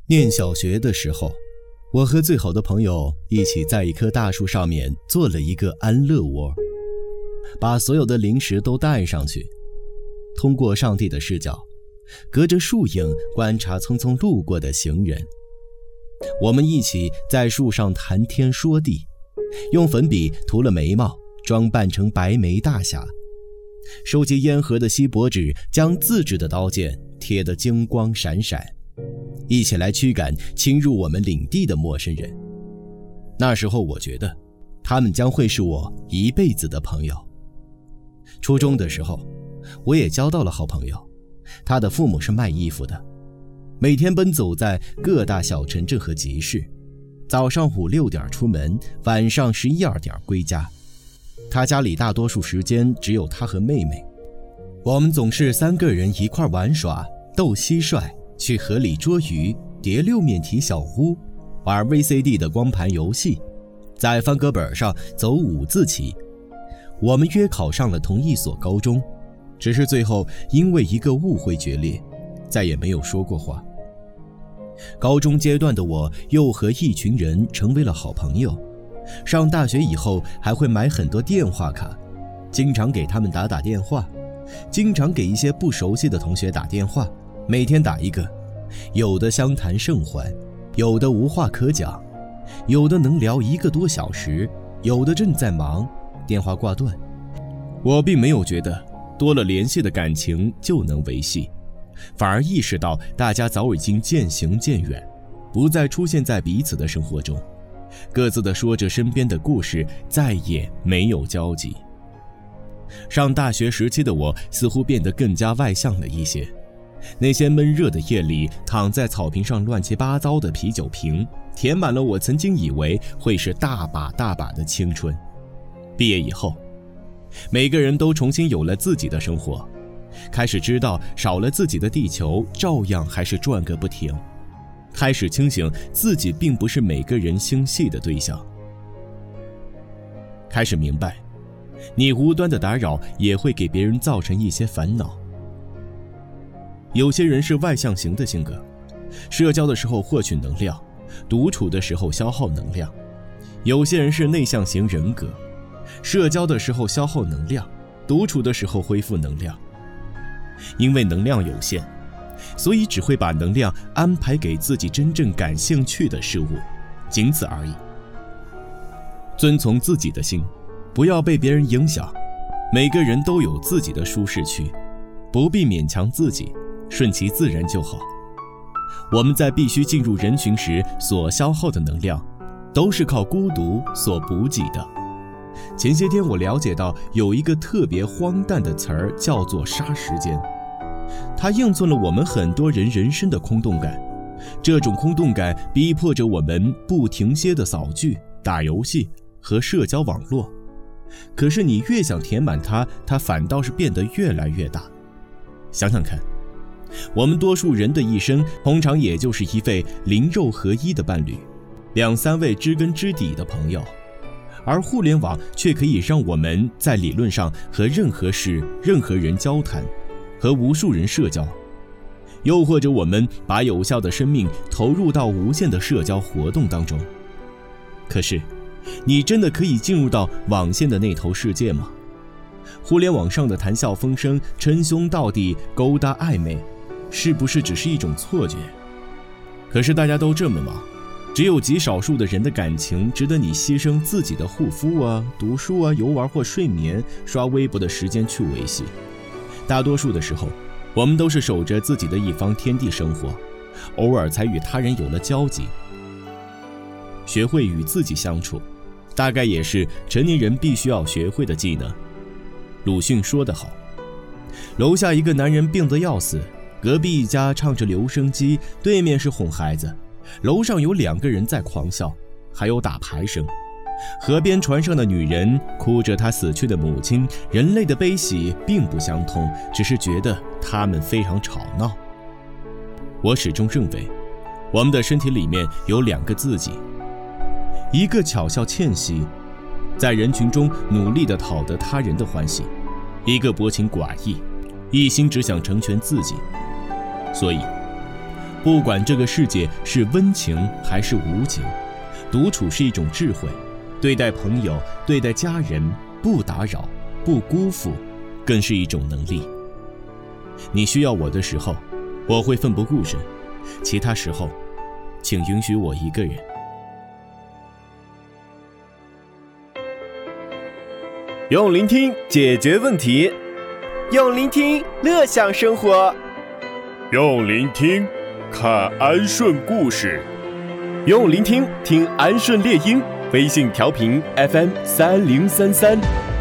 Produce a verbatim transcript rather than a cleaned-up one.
念小学的时候，我和最好的朋友一起在一棵大树上面做了一个安乐窝，把所有的零食都带上去，通过上帝的视角，隔着树影观察匆匆路过的行人。我们一起在树上谈天说地，用粉笔涂了眉毛，装扮成白眉大侠，收集烟盒的锡箔纸，将自制的刀剑贴得金光闪闪，一起来驱赶侵入我们领地的陌生人。那时候我觉得他们将会是我一辈子的朋友。初中的时候，我也交到了好朋友，他的父母是卖衣服的，每天奔走在各大小城镇和集市，早上五六点出门，晚上十一二点归家。他家里大多数时间只有他和妹妹，我们总是三个人一块玩耍，斗蟋蟀，去河里捉鱼，叠六面体小屋，玩 V C D 的光盘游戏，在方格本上走五字棋。我们约考上了同一所高中，只是最后因为一个误会决裂，再也没有说过话。高中阶段的我又和一群人成为了好朋友，上大学以后还会买很多电话卡，经常给他们打打电话，经常给一些不熟悉的同学打电话，每天打一个，有的相谈甚欢，有的无话可讲，有的能聊一个多小时，有的正在忙，电话挂断。我并没有觉得多了联系的感情就能维系，反而意识到大家早已经渐行渐远，不再出现在彼此的生活中，各自的说着身边的故事，再也没有交集。上大学时期的我似乎变得更加外向了一些，那些闷热的夜里，躺在草坪上乱七八糟的啤酒瓶，填满了我曾经以为会是大把大把的青春。毕业以后，每个人都重新有了自己的生活，开始知道少了自己的地球照样还是转个不停，开始清醒自己并不是每个人心系的对象，开始明白你无端的打扰也会给别人造成一些烦恼。有些人是外向型的性格，社交的时候获取能量，独处的时候消耗能量。有些人是内向型人格，社交的时候消耗能量，独处的时候恢复能量。因为能量有限，所以只会把能量安排给自己真正感兴趣的事物，仅此而已。遵从自己的心，不要被别人影响。每个人都有自己的舒适区，不必勉强自己，顺其自然就好。我们在必须进入人群时所消耗的能量，都是靠孤独所补给的。前些天我了解到有一个特别荒诞的词儿，叫做杀时间。它映衬了我们很多人人生的空洞感，这种空洞感逼迫着我们不停歇的扫剧、打游戏和社交网络。可是你越想填满它，它反倒是变得越来越大。想想看，我们多数人的一生通常也就是一位灵肉合一的伴侣，两三位知根知底的朋友，而互联网却可以让我们在理论上和任何事、任何人交谈，和无数人社交。又或者我们把有效的生命投入到无限的社交活动当中。可是你真的可以进入到网线的那头世界吗？互联网上的谈笑风生、称兄道弟、勾搭暧昧，是不是只是一种错觉？可是大家都这么忙，只有极少数的人的感情值得你牺牲自己的护肤啊、读书啊、游玩或睡眠、刷微博的时间去维系。大多数的时候，我们都是守着自己的一方天地生活，偶尔才与他人有了交集。学会与自己相处，大概也是成年人必须要学会的技能。鲁迅说得好，楼下一个男人病得要死，隔壁一家唱着留声机，对面是哄孩子，楼上有两个人在狂笑，还有打牌声。河边船上的女人哭着她死去的母亲，人类的悲喜并不相通，只是觉得他们非常吵闹。我始终认为，我们的身体里面有两个自己，一个巧笑倩兮，在人群中努力地讨得他人的欢喜，一个薄情寡义，一心只想成全自己。所以不管这个世界是温情还是无情，独处是一种智慧。对待朋友，对待家人，不打扰，不辜负，更是一种能力。你需要我的时候，我会奋不顾身，其他时候，请允许我一个人。 用聆听解决问题， 用聆听乐享生活， 用聆听看安顺故事， 用聆听听安顺猎鹰。微信调频 F M 三零三三。